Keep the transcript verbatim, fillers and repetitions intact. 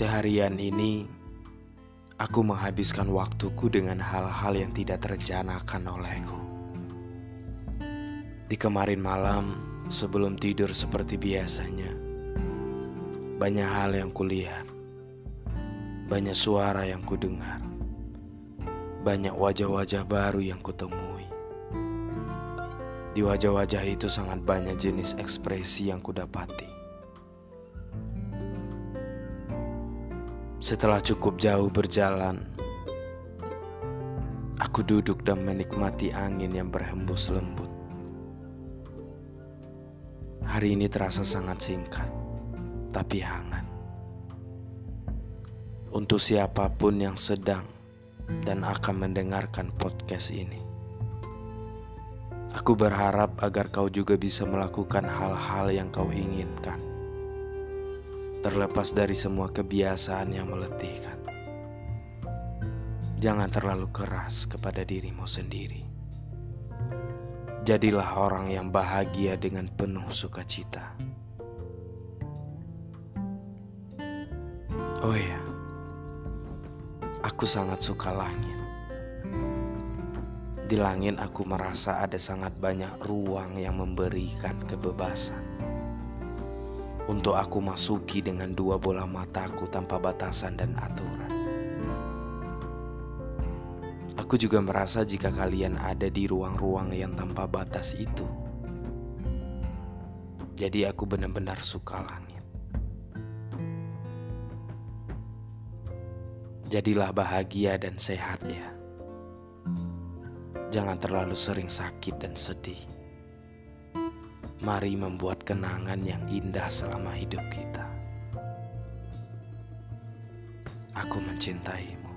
Seharian ini, aku menghabiskan waktuku dengan hal-hal yang tidak terencanakan olehku. Di kemarin malam, sebelum tidur seperti biasanya, banyak hal yang kulihat, banyak suara yang kudengar, banyak wajah-wajah baru yang kutemui. Di wajah-wajah itu sangat banyak jenis ekspresi yang kudapati. Setelah cukup jauh berjalan, aku duduk dan menikmati angin yang berhembus lembut. Hari ini terasa sangat singkat, tapi hangat. Untuk siapapun yang sedang dan akan mendengarkan podcast ini, aku berharap agar kau juga bisa melakukan hal-hal yang kau inginkan, terlepas dari semua kebiasaan yang meletihkan. Jangan terlalu keras kepada dirimu sendiri. Jadilah orang yang bahagia dengan penuh sukacita. Oh ya, aku sangat suka langit. Di langit aku merasa ada sangat banyak ruang yang memberikan kebebasan untuk aku masuki dengan dua bola mataku tanpa batasan dan aturan. Aku juga merasa jika kalian ada di ruang-ruang yang tanpa batas itu. Jadi aku benar-benar suka langit. Jadilah bahagia dan sehat ya. Jangan terlalu sering sakit dan sedih. Mari membuat kenangan yang indah selama hidup kita. Aku mencintaimu.